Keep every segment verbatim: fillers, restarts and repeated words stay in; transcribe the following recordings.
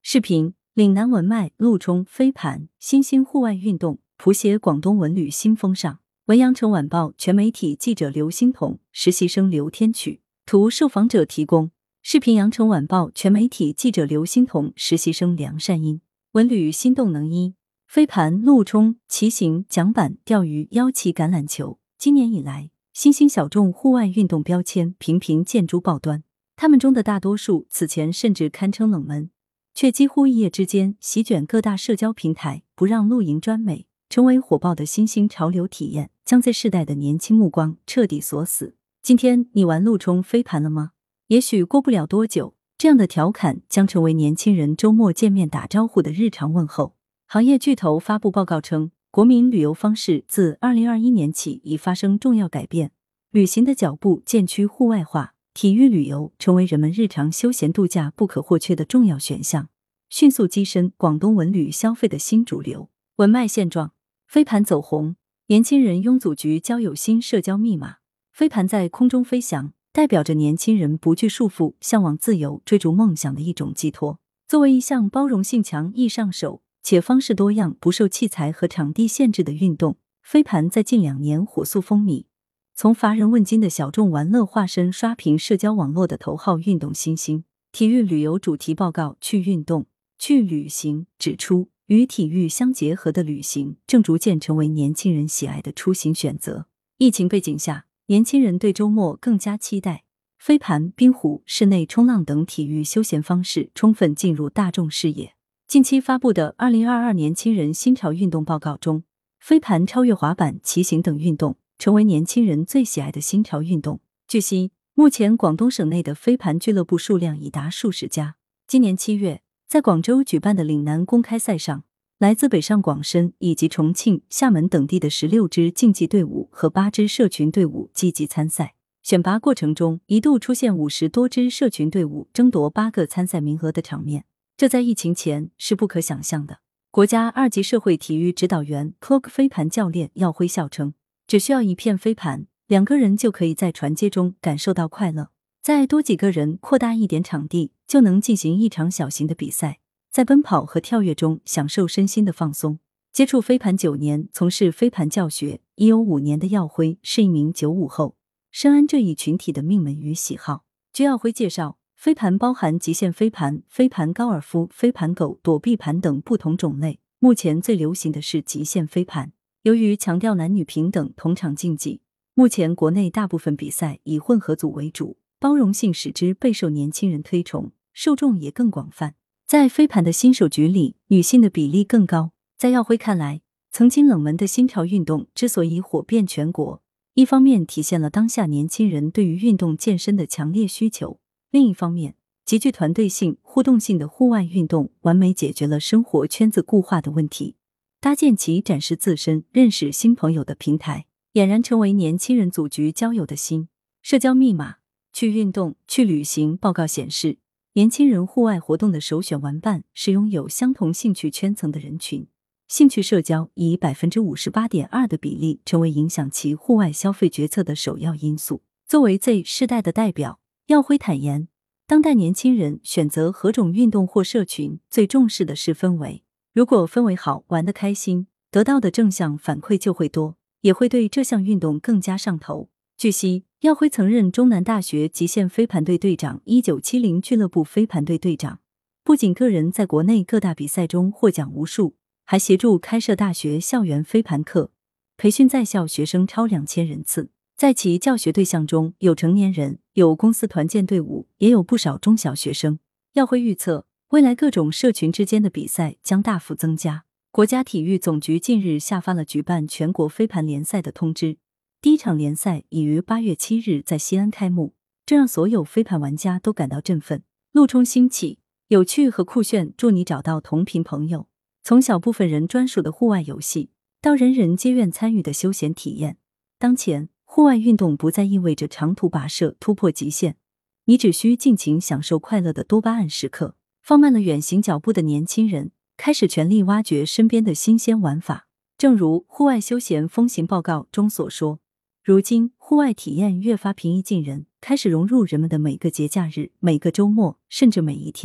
视频：岭南文脉陆冲飞盘新兴户外运动谱写广东文旅新风尚。文阳城晚报全媒体记者刘欣彤，实习生刘天曲。图受访者提供。视频：羊城晚报全媒体记者刘欣彤，实习生梁善英。文旅新动能一：飞盘、陆冲、骑行、桨板、钓鱼、腰旗、橄榄球。今年以来，新兴小众户外运动标签频频见诸报端，他们中的大多数此前甚至堪称冷门，却几乎一夜之间席卷各大社交平台，不让露营专美，成为火爆的新兴潮流体验，将 Z 世代的年轻目光彻底锁死。今天你玩陆冲飞盘了吗？也许过不了多久，这样的调侃将成为年轻人周末见面打招呼的日常问候。行业巨头发布报告称，国民旅游方式自二零二一年起已发生重要改变，旅行的脚步渐趋户外化，体育旅游成为人们日常休闲度假不可或缺的重要选项，迅速跻身广东文旅消费的新主流。文脉现状：飞盘走红，年轻人拥组局交友新社交密码。飞盘在空中飞翔，代表着年轻人不惧束缚、向往自由、追逐梦想的一种寄托。作为一项包容性强、易上手且方式多样、不受器材和场地限制的运动，飞盘在近两年火速风靡，从乏人问津的小众玩乐化身刷屏社交网络的头号运动新星。体育旅游主题报告去运动、去旅行指出，与体育相结合的旅行正逐渐成为年轻人喜爱的出行选择。疫情背景下，年轻人对周末更加期待飞盘、冰壶、室内冲浪等体育休闲方式充分进入大众视野。近期发布的二零二二年轻人新潮运动报告中，飞盘超越滑板、骑行等运动，成为年轻人最喜爱的新潮运动。据悉，目前广东省内的飞盘俱乐部数量已达数十家。今年七月，在广州举办的岭南公开赛上，来自北上广深以及重庆、厦门等地的十六支竞技队伍和八支社群队伍积极参赛。选拔过程中，一度出现五十多支社群队伍争夺八个参赛名额的场面，这在疫情前是不可想象的。国家二级社会体育指导员 Clock 飞盘教练耀辉笑称，只需要一片飞盘，两个人就可以在传接中感受到快乐，再多几个人扩大一点场地，就能进行一场小型的比赛，在奔跑和跳跃中享受身心的放松。接触飞盘九年，从事飞盘教学已有五年的耀辉是一名九五后，深谙这一群体的命门与喜好。据耀辉介绍，飞盘包含极限飞盘、飞盘高尔夫、飞盘狗、躲避盘等不同种类，目前最流行的是极限飞盘。由于强调男女平等、同场竞技，目前国内大部分比赛以混合组为主，包容性使之备受年轻人推崇，受众也更广泛。在飞盘的新手局里，女性的比例更高。在耀辉看来，曾经冷门的新潮运动之所以火遍全国，一方面体现了当下年轻人对于运动健身的强烈需求，另一方面，极具团队性、互动性的户外运动完美解决了生活圈子固化的问题，搭建起展示自身、认识新朋友的平台，俨然成为年轻人组局交友的新社交密码。去运动、去旅行报告显示，年轻人户外活动的首选玩伴是拥有相同兴趣圈层的人群，兴趣社交以 百分之五十八点二 的比例成为影响其户外消费决策的首要因素。作为 Z 世代的代表，耀辉坦言，当代年轻人选择何种运动或社群，最重视的是氛围。如果氛围好，玩得开心，得到的正向反馈就会多，也会对这项运动更加上头。据悉，耀辉曾任中南大学极限飞盘队队长、一九七零俱乐部飞盘队队长，不仅个人在国内各大比赛中获奖无数，还协助开设大学校园飞盘课，培训在校学生超两千人次。在其教学对象中，有成年人，有公司团建队伍，也有不少中小学生。耀辉预测，未来各种社群之间的比赛将大幅增加。国家体育总局近日下发了举办全国飞盘联赛的通知，第一场联赛已于八月七日在西安开幕，这让所有飞盘玩家都感到振奋。陆冲兴起，有趣和酷炫，助你找到同频朋友。从小部分人专属的户外游戏，到人人皆愿参与的休闲体验，当前户外运动不再意味着长途跋涉突破极限，你只需尽情享受快乐的多巴胺时刻。放慢了远行脚步的年轻人开始全力挖掘身边的新鲜玩法。正如户外休闲风行报告中所说，如今户外体验越发平易近人，开始融入人们的每个节假日、每个周末，甚至每一天。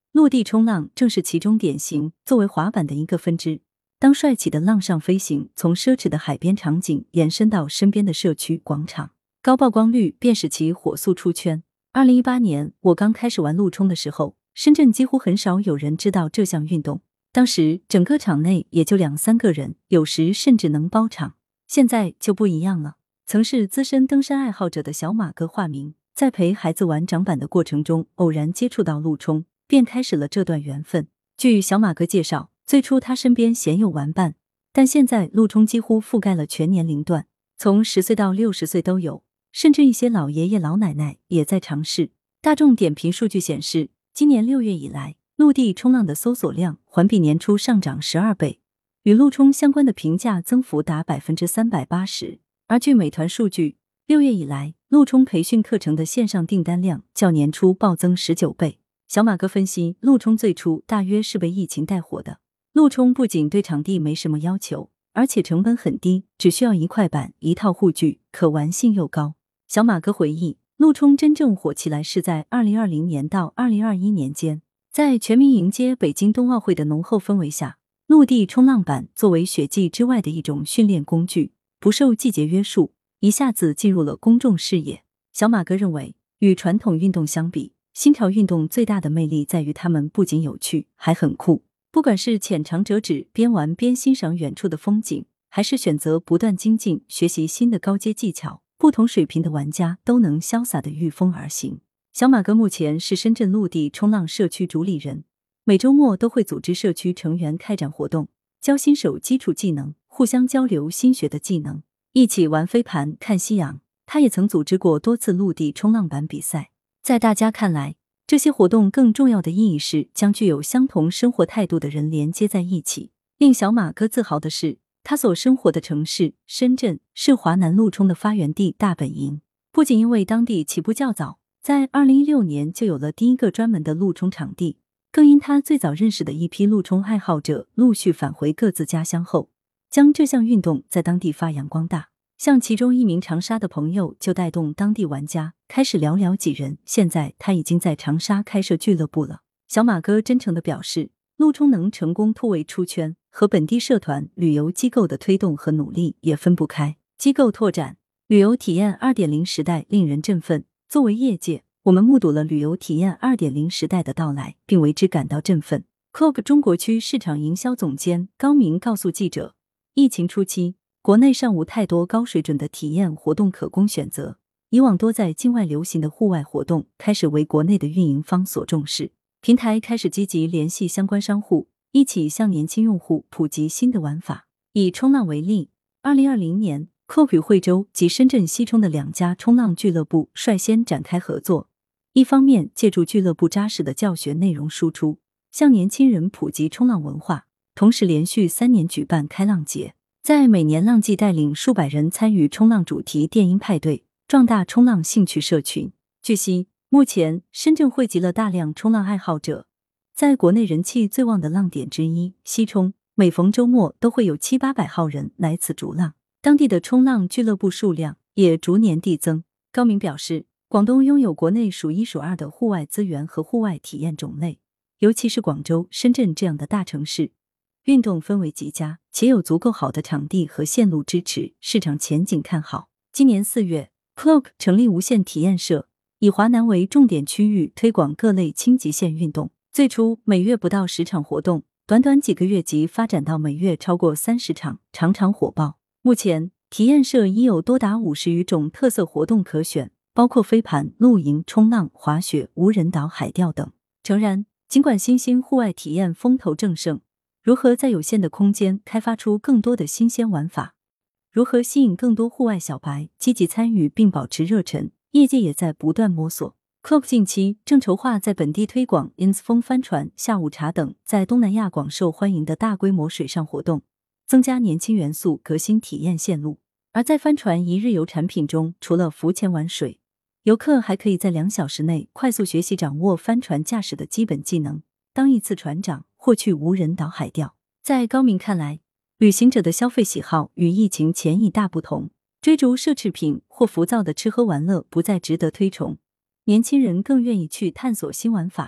陆地冲浪正是其中典型。作为滑板的一个分支，当帅气的浪上飞行从奢侈的海边场景延伸到身边的社区广场，高曝光率便使其火速出圈。二零一八年我刚开始玩陆冲的时候，深圳几乎很少有人知道这项运动，当时整个场内也就两三个人，有时甚至能包场。现在就不一样了，曾是资深登山爱好者的小马哥化名，在陪孩子玩掌板的过程中偶然接触到陆冲，便开始了这段缘分。据小马哥介绍，最初他身边鲜有玩伴，但现在陆冲几乎覆盖了全年龄段，从十岁到六十岁都有，甚至一些老爷爷老奶奶也在尝试。大众点评数据显示，今年六月以来，陆地冲浪的搜索量环比年初上涨十二倍，与陆冲相关的评价增幅达 百分之三百八十。 而据美团数据，六月以来，陆冲培训课程的线上订单量较年初暴增十九倍。小马哥分析，陆冲最初大约是被疫情带火的。陆冲不仅对场地没什么要求，而且成本很低，只需要一块板、一套护具，可玩性又高。小马哥回忆，陆冲真正火起来是在二零二零年到二零二一年间，在全民迎接北京冬奥会的浓厚氛围下，陆地冲浪板作为雪季之外的一种训练工具，不受季节约束，一下子进入了公众视野。小马哥认为，与传统运动相比，新潮运动最大的魅力在于它们不仅有趣，还很酷。不管是浅尝辄止，边玩边欣赏远处的风景，还是选择不断精进，学习新的高阶技巧，不同水平的玩家都能潇洒地御风而行。小马哥目前是深圳陆地冲浪社区主理人，每周末都会组织社区成员开展活动，教新手基础技能，互相交流新学的技能，一起玩飞盘看夕阳。他也曾组织过多次陆地冲浪板比赛。在大家看来，这些活动更重要的意义是将具有相同生活态度的人连接在一起。令小马哥自豪的是，他所生活的城市深圳是华南陆冲的发源地大本营。不仅因为当地起步较早，在二零一六年就有了第一个专门的陆冲场地，更因他最早认识的一批陆冲爱好者陆续返回各自家乡后，将这项运动在当地发扬光大。像其中一名长沙的朋友就带动当地玩家开始寥寥几人，现在他已经在长沙开设俱乐部了。小马哥真诚地表示，陆冲能成功突围出圈，和本地社团、旅游机构的推动和努力也分不开。机构拓展，旅游体验 二点零 时代令人振奋。作为业界，我们目睹了旅游体验 二点零 时代的到来，并为之感到振奋。C O G 中国区市场营销总监高明告诉记者，疫情初期，国内尚无太多高水准的体验活动可供选择，以往多在境外流行的户外活动开始为国内的运营方所重视，平台开始积极联系相关商户，一起向年轻用户普及新的玩法。以冲浪为例，二零二零年 C O G 与惠州及深圳西冲的两家冲浪俱乐部率先展开合作，一方面借助俱乐部扎实的教学内容输出，向年轻人普及冲浪文化，同时连续三年举办开浪节，在每年浪季带领数百人参与冲浪主题电音派对，壮大冲浪兴趣社群。据悉，目前深圳汇集了大量冲浪爱好者，在国内人气最旺的浪点之一西冲，每逢周末都会有七八百号人来此逐浪，当地的冲浪俱乐部数量也逐年递增。高明表示，广东拥有国内数一数二的户外资源和户外体验种类，尤其是广州、深圳这样的大城市，运动氛围极佳，且有足够好的场地和线路支持，市场前景看好。今年四月 C O G 成立无限体验社，以华南为重点区域推广各类轻极限运动。最初每月不到十场活动，短短几个月即发展到每月超过三十场，场场火爆。目前体验社已有多达五十余种特色活动可选，包括飞盘、露营、冲浪、滑雪、无人岛海钓等。诚然，尽管新兴户外体验风头正盛，如何在有限的空间开发出更多的新鲜玩法，如何吸引更多户外小白积极参与并保持热忱，业界也在不断摸索。C O G 近期正筹划在本地推广 I N S 风帆船、下午茶等在东南亚广受欢迎的大规模水上活动，增加年轻元素，革新体验线路。而在帆船一日游产品中，除了浮潜玩水，游客还可以在两小时内快速学习掌握帆船驾驶的基本技能，当一次船长或去无人岛海钓。在高明看来，旅行者的消费喜好与疫情前已大不同，追逐奢侈品或浮躁的吃喝玩乐不再值得推崇，年轻人更愿意去探索新玩法，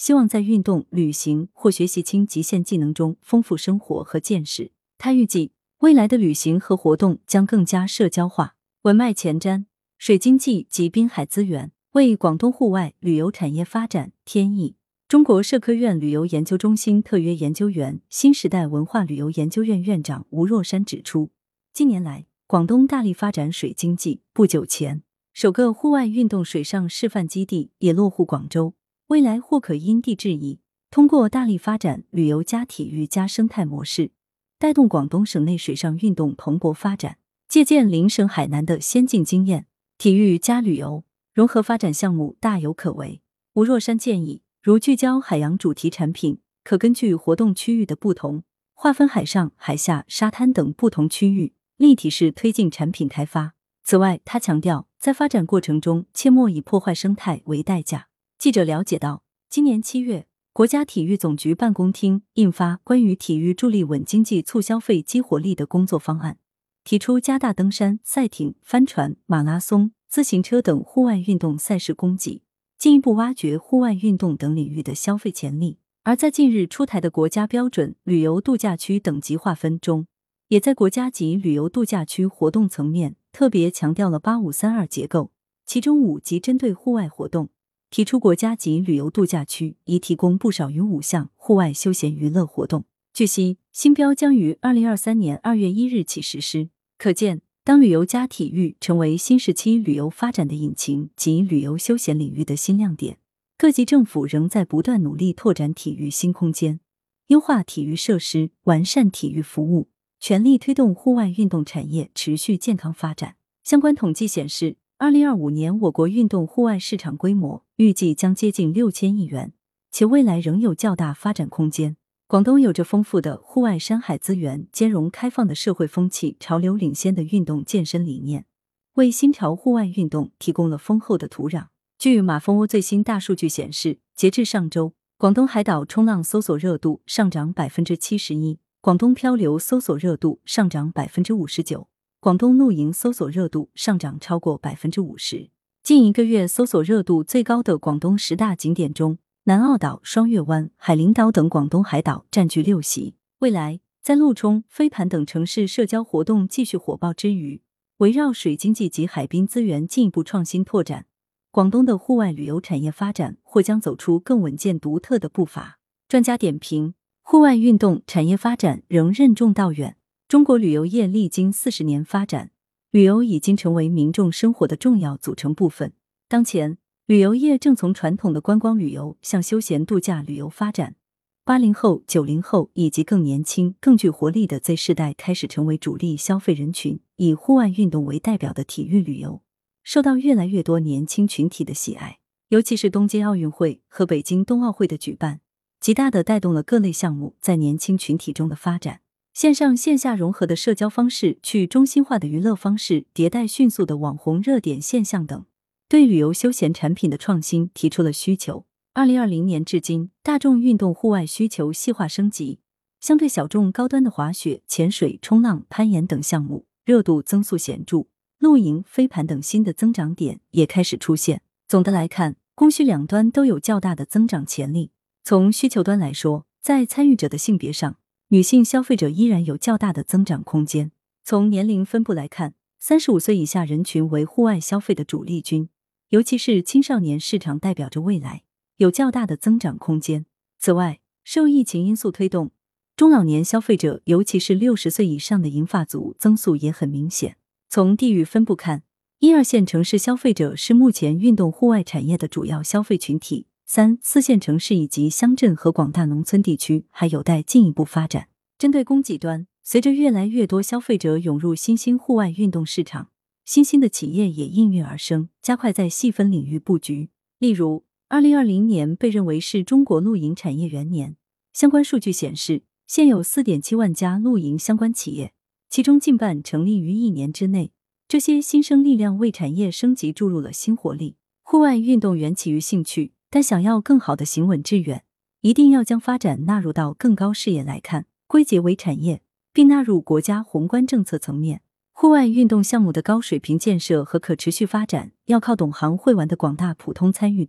希望在运动、旅行或学习轻极限技能中丰富生活和见识。他预计未来的旅行和活动将更加社交化。文脉前瞻，水经济及滨海资源为广东户外旅游产业发展添益。中国社科院旅游研究中心特约研究员、新时代文化旅游研究院院长吴若山指出，近年来广东大力发展水经济，不久前首个户外运动水上示范基地也落户广州，未来或可因地制宜，通过大力发展旅游加体育加生态模式，带动广东省内水上运动蓬勃发展。借鉴邻省海南的先进经验，体育加旅游融合发展项目大有可为。吴若山建议，如聚焦海洋主题产品，可根据活动区域的不同，划分海上、海下、沙滩等不同区域，立体式推进产品开发。此外，他强调，在发展过程中切莫以破坏生态为代价。记者了解到，今年七月，国家体育总局办公厅印发关于体育助力稳经济促消费激活力的工作方案，提出加大登山、赛艇、帆船、马拉松、自行车等户外运动赛事供给，进一步挖掘户外运动等领域的消费潜力。而在近日出台的国家标准旅游度假区等级划分中，也在国家级旅游度假区活动层面特别强调了八五三二结构，其中五级针对户外活动，提出国家级旅游度假区宜提供不少于五项户外休闲娱乐活动。据悉，新标将于二零二三年二月一日起实施。可见，当旅游加体育成为新时期旅游发展的引擎及旅游休闲领域的新亮点，各级政府仍在不断努力拓展体育新空间，优化体育设施，完善体育服务，全力推动户外运动产业持续健康发展。相关统计显示，二零二五年我国运动户外市场规模预计将接近六千亿元，且未来仍有较大发展空间。广东有着丰富的户外山海资源，兼容开放的社会风气，潮流领先的运动健身理念，为新潮户外运动提供了丰厚的土壤。据马蜂窝最新大数据显示，截至上周，广东海岛冲浪搜索热度上涨 百分之七十一， 广东漂流搜索热度上涨 百分之五十九， 广东露营搜索热度上涨超过 百分之五十。 近一个月搜索热度最高的广东十大景点中，南澳岛、双月湾、海陵岛等广东海岛占据六席。未来，在陆冲、飞盘等城市社交活动继续火爆之余，围绕水经济及海滨资源进一步创新拓展，广东的户外旅游产业发展或将走出更稳健独特的步伐。专家点评，户外运动产业发展仍任重道远。中国旅游业历经四十年发展，旅游已经成为民众生活的重要组成部分。当前，旅游业正从传统的观光旅游向休闲度假旅游发展，八零后、九零后以及更年轻、更具活力的 Z 世代开始成为主力消费人群。以户外运动为代表的体育旅游受到越来越多年轻群体的喜爱，尤其是东京奥运会和北京冬奥会的举办，极大地带动了各类项目在年轻群体中的发展。线上线下融合的社交方式、去中心化的娱乐方式、迭代迅速的网红热点现象等，对旅游休闲产品的创新提出了需求。二零二零年至今，大众运动户外需求细化升级，相对小众高端的滑雪、潜水、冲浪、攀岩等项目热度增速显著，露营、飞盘等新的增长点也开始出现。总的来看，供需两端都有较大的增长潜力。从需求端来说，在参与者的性别上，女性消费者依然有较大的增长空间。从年龄分布来看，三十五岁以下人群为户外消费的主力军，尤其是青少年市场代表着未来，有较大的增长空间。此外，受疫情因素推动，中老年消费者尤其是六十岁以上的银发族增速也很明显。从地域分布看，一二线城市消费者是目前运动户外产业的主要消费群体，三四线城市以及乡镇和广大农村地区还有待进一步发展。针对供给端，随着越来越多消费者涌入新兴户外运动市场，新兴的企业也应运而生，加快在细分领域布局。例如，二零二零年被认为是中国露营产业元年，相关数据显示，现有 四点七万家露营相关企业，其中近半成立于一年之内。这些新生力量为产业升级注入了新活力。户外运动缘起于兴趣，但想要更好的行稳致远，一定要将发展纳入到更高视野来看，归结为产业，并纳入国家宏观政策层面。户外运动项目的高水平建设和可持续发展，要靠懂行会玩的广大普通参与者，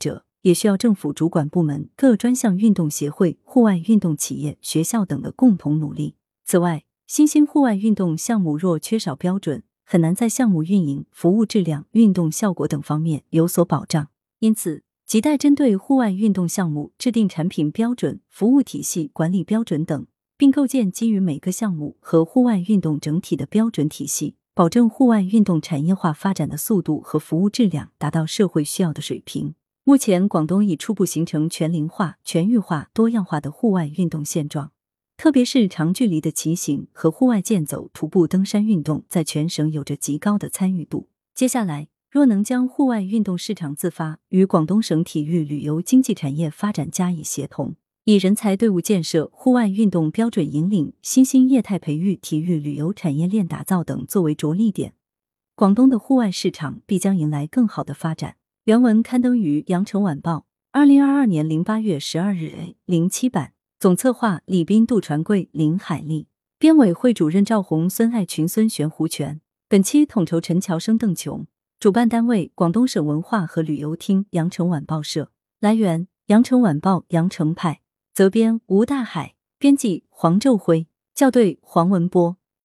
也需要政府主管部门、各专项运动协会、户外运动企业、学校等的共同努力。此外，新兴户外运动项目若缺少标准，很难在项目运营、服务质量、运动效果等方面有所保障。因此，亟待针对户外运动项目制定产品标准、服务体系、管理标准等，并构建基于每个项目和户外运动整体的标准体系，保证户外运动产业化发展的速度和服务质量达到社会需要的水平。目前，广东已初步形成全龄化、全域化、多样化的户外运动现状。特别是长距离的骑行和户外健走、徒步登山运动在全省有着极高的参与度。接下来，若能将户外运动市场自发与广东省体育旅游经济产业发展加以协同，以人才队伍建设、户外运动标准引领、新兴业态培育、体育旅游产业链打造等作为着力点，广东的户外市场必将迎来更好的发展。原文刊登于羊城晚报二零二二年零八月十二日 A 零七版。总策划李斌、杜传贵、林海丽，编委会主任赵红、孙爱群、孙玄、胡全。本期统筹陈乔生、邓琼，主办单位广东省文化和旅游厅、羊城晚报社。来源：羊城晚报羊城派，责编吴大海，编辑黄昼辉，校对黄文波。